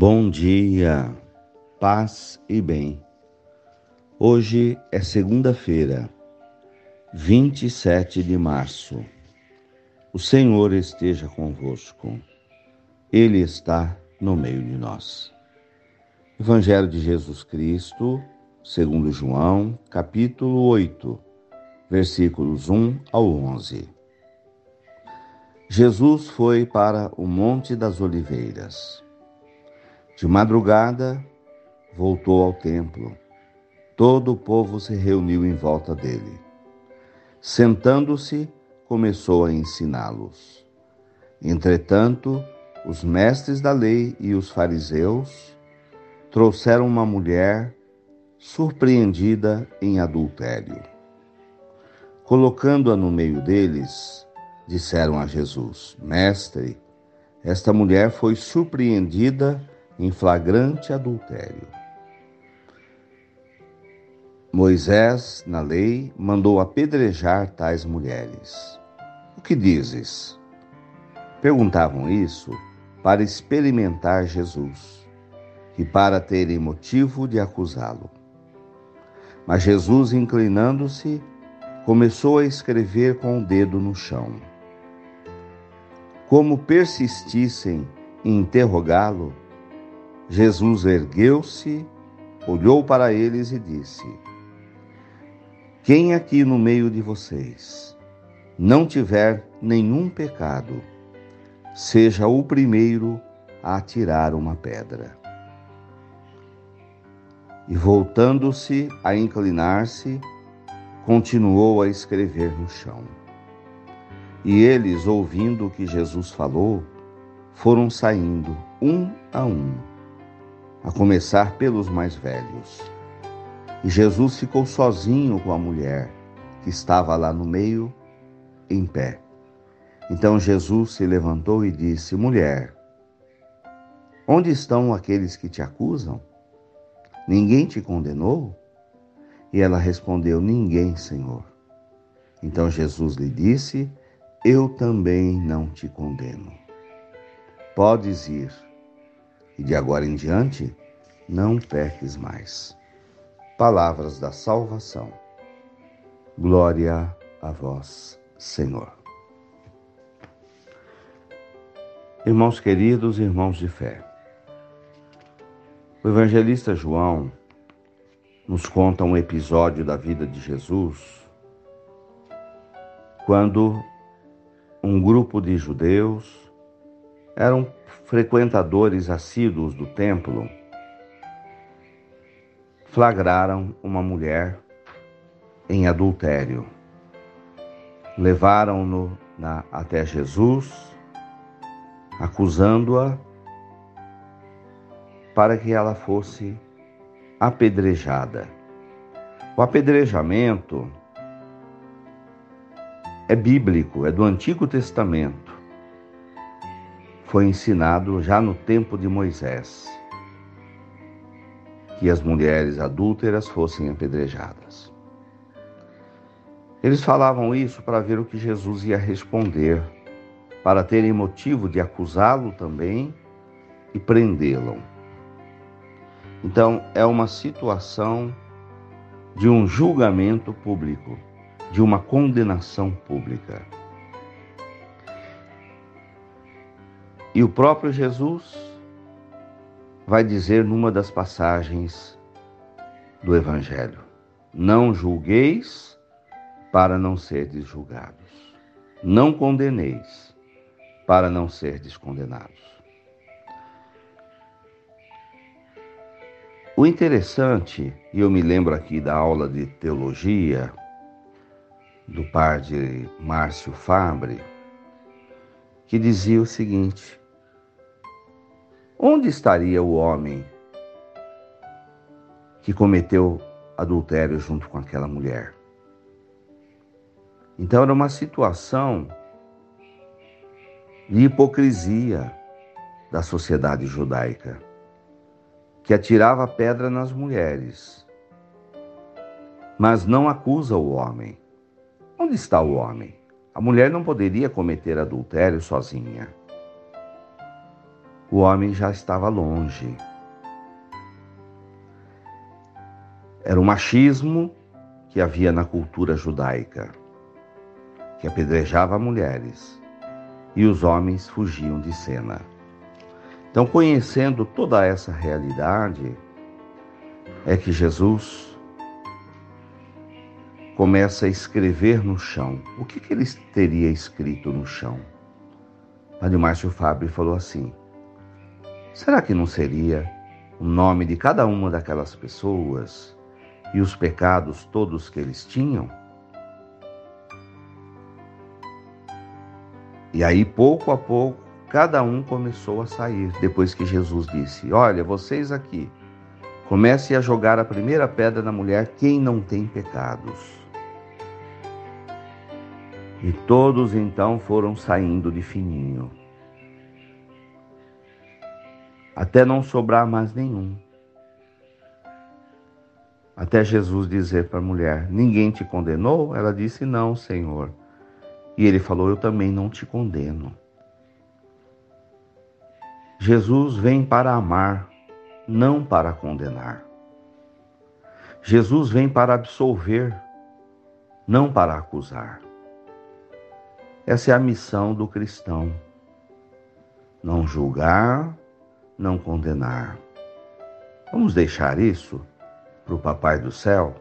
Bom dia, paz e bem. Hoje é segunda-feira, 27 de março. O Senhor esteja convosco. Ele está no meio de nós. Evangelho de Jesus Cristo, segundo João, capítulo 8, versículos 1 ao 11. Jesus foi para o Monte das Oliveiras. De madrugada, voltou ao templo. Todo o povo se reuniu em volta dele. Sentando-se, começou a ensiná-los. Entretanto, os mestres da lei e os fariseus trouxeram uma mulher surpreendida em adultério. Colocando-a no meio deles, disseram a Jesus: Mestre, esta mulher foi surpreendida em flagrante adultério. Moisés, na lei, mandou apedrejar tais mulheres. O que dizes? Perguntavam isso para experimentar Jesus e para terem motivo de acusá-lo. Mas Jesus, inclinando-se, começou a escrever com o dedo no chão. Como persistissem em interrogá-lo, Jesus ergueu-se, olhou para eles e disse: Quem aqui no meio de vocês não tiver nenhum pecado, seja o primeiro a atirar uma pedra. E voltando-se a inclinar-se, continuou a escrever no chão. E eles, ouvindo o que Jesus falou, foram saindo um, a começar pelos mais velhos. E Jesus ficou sozinho com a mulher, que estava lá no meio, em pé. Então Jesus se levantou e disse: Mulher, onde estão aqueles que te acusam? Ninguém te condenou? E ela respondeu: Ninguém, Senhor. Então Jesus lhe disse: Eu também não te condeno. Podes ir, e de agora em diante não peques mais. Palavras da salvação. Glória a vós, Senhor. Irmãos queridos, irmãos de fé, o evangelista João nos conta um episódio da vida de Jesus, quando um grupo de judeus eram frequentadores assíduos do templo, flagraram uma mulher em adultério. Levaram-no até Jesus, acusando-a para que ela fosse apedrejada. O apedrejamento é bíblico, é do Antigo Testamento. Foi ensinado já no tempo de Moisés, que as mulheres adúlteras fossem apedrejadas. Eles falavam isso para ver o que Jesus ia responder, para terem motivo de acusá-lo também e prendê-lo. Então, é uma situação de um julgamento público, de uma condenação pública. E o próprio Jesus vai dizer numa das passagens do Evangelho: Não julgueis para não serdes julgados. Não condeneis para não serdes condenados. O interessante, e eu me lembro aqui da aula de teologia do padre Márcio Fabre, que dizia o seguinte: onde estaria o homem que cometeu adultério junto com aquela mulher? Então era uma situação de hipocrisia da sociedade judaica, que atirava pedra nas mulheres, mas não acusa o homem. Onde está o homem? A mulher não poderia cometer adultério sozinha. o homem já estava longe. Era o machismo que havia na cultura judaica, que apedrejava mulheres, e os homens fugiam de cena. Então, conhecendo toda essa realidade, é que Jesus começa a escrever no chão. O que ele teria escrito no chão? Padre Márcio Fábio falou assim: será que não seria o nome de cada uma daquelas pessoas e os pecados todos que eles tinham? E aí, pouco a pouco, cada um começou a sair, depois que Jesus disse: olha, vocês aqui, comecem a jogar a primeira pedra na mulher, quem não tem pecados. E todos então foram saindo de fininho, até não sobrar mais nenhum. Até Jesus dizer para a mulher: ninguém te condenou? Ela disse: não, Senhor. E ele falou: eu também não te condeno. Jesus vem para amar, não para condenar. Jesus vem para absolver, não para acusar. Essa é a missão do cristão: não julgar, não condenar. Vamos deixar isso para o Papai do Céu?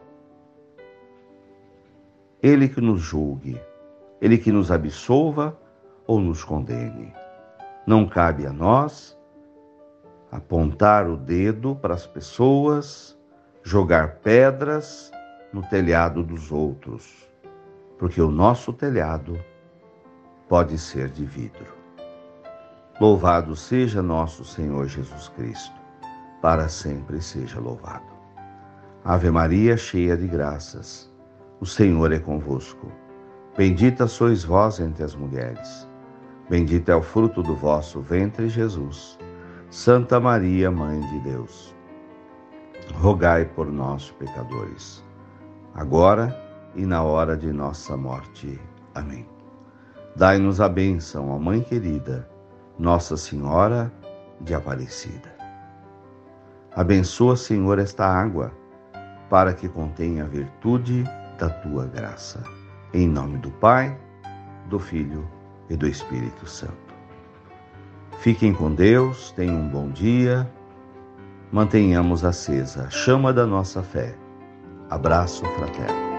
Ele que nos julgue, Ele que nos absolva ou nos condene. Não cabe a nós apontar o dedo para as pessoas, jogar pedras no telhado dos outros, porque o nosso telhado pode ser de vidro. Louvado seja nosso Senhor Jesus Cristo, para sempre seja louvado. Ave Maria, cheia de graças, o Senhor é convosco. Bendita sois vós entre as mulheres. Bendito é o fruto do vosso ventre, Jesus. Santa Maria, Mãe de Deus, rogai por nós, pecadores, agora e na hora de nossa morte. Amém. Dai-nos a bênção, ó Mãe querida, Nossa Senhora de Aparecida. Abençoa, Senhor, esta água, para que contenha a virtude da tua graça. Em nome do Pai, do Filho e do Espírito Santo. Fiquem com Deus, tenham um bom dia, mantenhamos acesa a chama da nossa fé. Abraço fraterno.